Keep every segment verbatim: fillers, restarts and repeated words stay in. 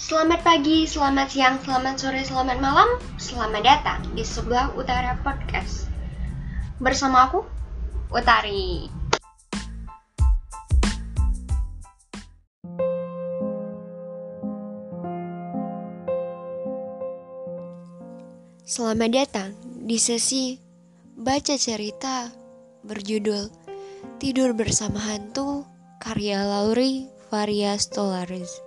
Selamat pagi, selamat siang, selamat sore, selamat malam. Selamat datang di Sebelah Utara Podcast. Bersama aku, Utari. Selamat datang di sesi baca cerita berjudul Tidur Bersama Hantu karya Lauri Varia Stolaris.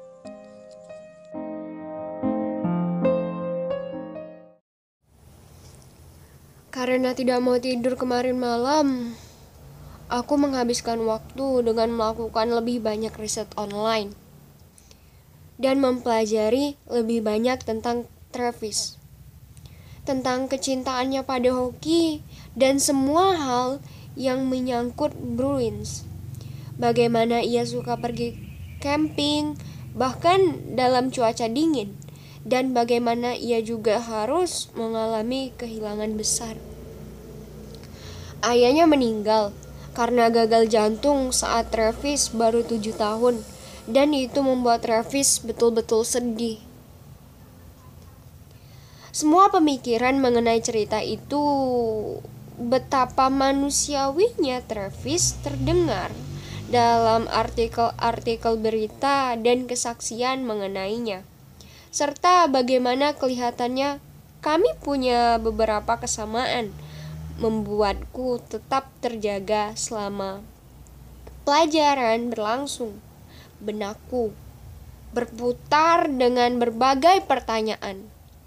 Karena tidak mau tidur kemarin malam, aku menghabiskan waktu dengan melakukan lebih banyak riset online dan mempelajari lebih banyak tentang Travis, tentang kecintaannya pada hoki dan semua hal yang menyangkut Bruins. Bagaimana ia suka pergi camping bahkan dalam cuaca dingin, dan bagaimana ia juga harus mengalami kehilangan besar. Ayahnya meninggal karena gagal jantung saat Travis baru tujuh tahun, dan itu membuat Travis betul-betul sedih. Semua pemikiran mengenai cerita itu, betapa manusiawinya Travis terdengar dalam artikel-artikel berita dan kesaksian mengenainya, serta bagaimana kelihatannya kami punya beberapa kesamaan, membuatku tetap terjaga selama pelajaran berlangsung. Benakku berputar dengan berbagai pertanyaan.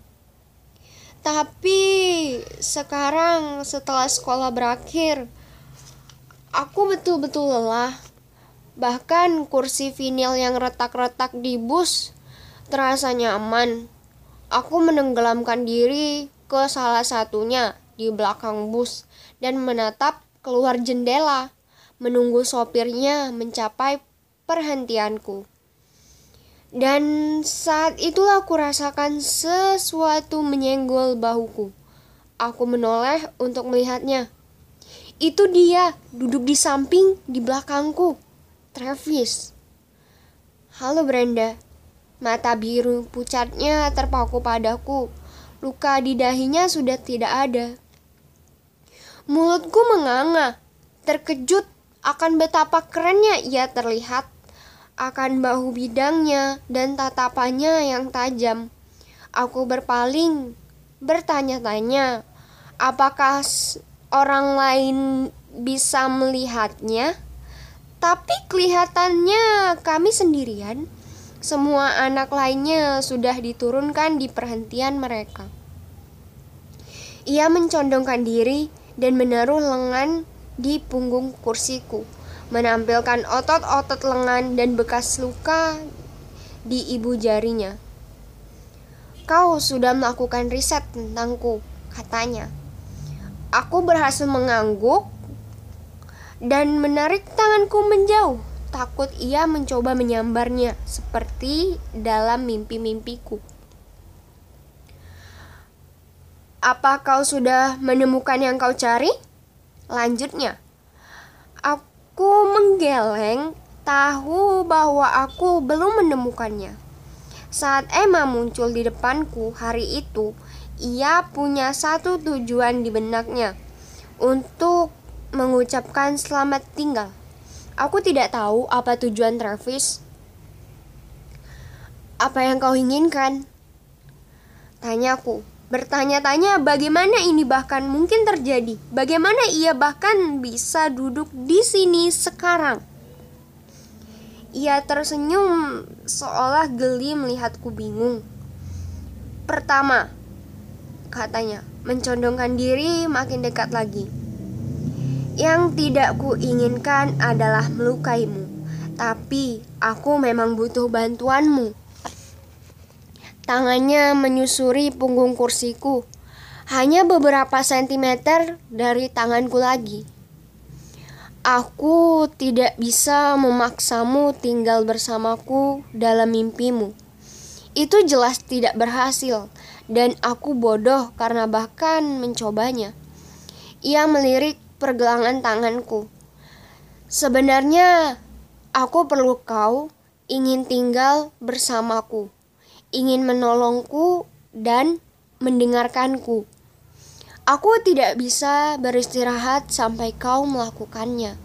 Tapi sekarang setelah sekolah berakhir, aku betul-betul lelah. Bahkan kursi vinil yang retak-retak di bus terasa nyaman. Aku menenggelamkan diri ke salah satunya di belakang bus dan menatap keluar jendela, menunggu sopirnya mencapai perhentianku. Dan saat itulah aku rasakan sesuatu menyenggol bahuku. Aku menoleh untuk melihatnya. Itu dia, duduk di samping di belakangku, Travis. Halo Brenda. Mata biru pucatnya terpaku padaku. Luka di dahinya sudah tidak ada. Mulutku menganga, terkejut akan betapa kerennya ia terlihat, akan bahu bidangnya dan tatapannya yang tajam. Aku berpaling, bertanya-tanya, apakah orang lain bisa melihatnya? Tapi kelihatannya kami sendirian. Semua anak lainnya sudah diturunkan di perhentian mereka. Ia mencondongkan diri dan menaruh lengan di punggung kursiku, menampilkan otot-otot lengan dan bekas luka di ibu jarinya. Kau sudah melakukan riset tentangku, katanya. Aku berhasil mengangguk dan menarik tanganku menjauh. Takut ia mencoba menyambarnya seperti dalam mimpi-mimpiku. Apa kau sudah menemukan yang kau cari? Lanjutnya. Aku menggeleng, tahu bahwa aku belum menemukannya. Saat Emma muncul di depanku hari itu, ia punya satu tujuan di benaknya, untuk mengucapkan selamat tinggal. Aku tidak tahu apa tujuan Travis. Apa yang kau inginkan? Tanyaku. Bertanya-tanya bagaimana ini bahkan mungkin terjadi. Bagaimana ia bahkan bisa duduk di sini sekarang. Ia tersenyum seolah geli melihatku bingung. Pertama, katanya, mencondongkan diri makin dekat lagi. Yang tidak kuinginkan adalah melukaimu, tapi aku memang butuh bantuanmu. Tangannya menyusuri punggung kursiku, hanya beberapa sentimeter dari tanganku lagi. Aku tidak bisa memaksamu tinggal bersamaku dalam mimpimu. Itu jelas tidak berhasil, dan aku bodoh karena bahkan mencobanya. Ia melirik pergelangan tanganku. Sebenarnya aku perlu kau ingin tinggal bersamaku. ingin menolongku dan mendengarkanku. Aku tidak bisa beristirahat sampai kau melakukannya.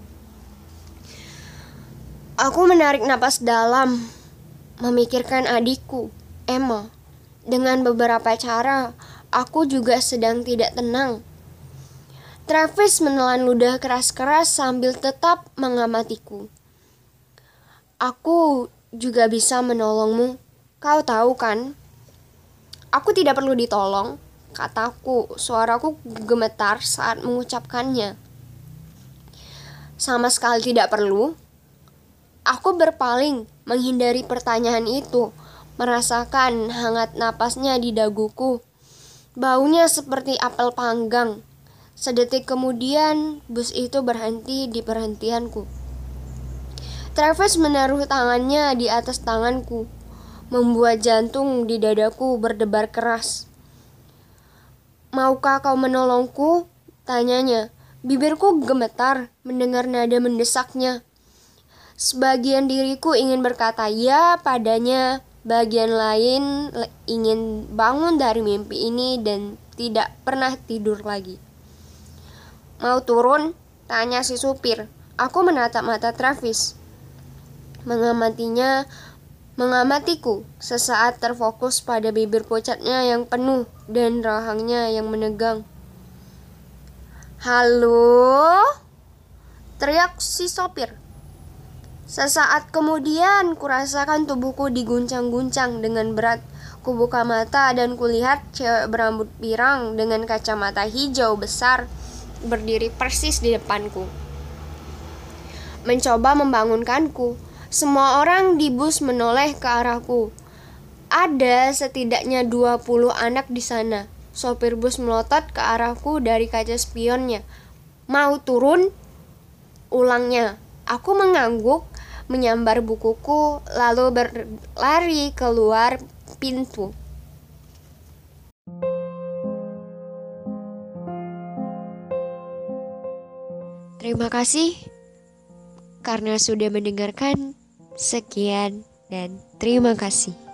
Aku menarik napas dalam, memikirkan adikku, Emma. Dengan beberapa cara, aku juga sedang tidak tenang. Travis menelan ludah keras-keras sambil tetap mengamatiku. Aku juga bisa menolongmu. Kau tahu kan? Aku tidak perlu ditolong, kataku. Suaraku gemetar saat mengucapkannya. Sama sekali tidak perlu. Aku berpaling, menghindari pertanyaan itu, merasakan hangat napasnya di daguku. Baunya seperti apel panggang. Sedetik kemudian, bus itu berhenti di perhentianku. Travis menaruh tangannya di atas tanganku, membuat jantung di dadaku berdebar keras. Maukah kau menolongku? Tanyanya. Bibirku gemetar mendengar nada mendesaknya. Sebagian diriku ingin berkata ya padanya, bagian lain ingin bangun dari mimpi ini dan tidak pernah tidur lagi. Mau turun? Tanya si supir. Aku menatap mata Travis. Mengamatinya, mengamatiku. Sesaat terfokus pada bibir pucatnya yang penuh dan rahangnya yang menegang. Halo? Teriak si sopir. Sesaat kemudian kurasakan tubuhku diguncang-guncang dengan berat. Kubuka mata dan kulihat cewek berambut pirang dengan kacamata hijau besar berdiri persis di depanku, mencoba membangunkanku. Semua orang di bus menoleh ke arahku. Ada setidaknya dua puluh anak di sana. Sopir bus melotot ke arahku dari kaca spionnya. Mau turun? Ulangnya. Aku mengangguk, menyambar bukuku, lalu berlari keluar pintu. Terima kasih karena sudah mendengarkan. Sekian dan terima kasih.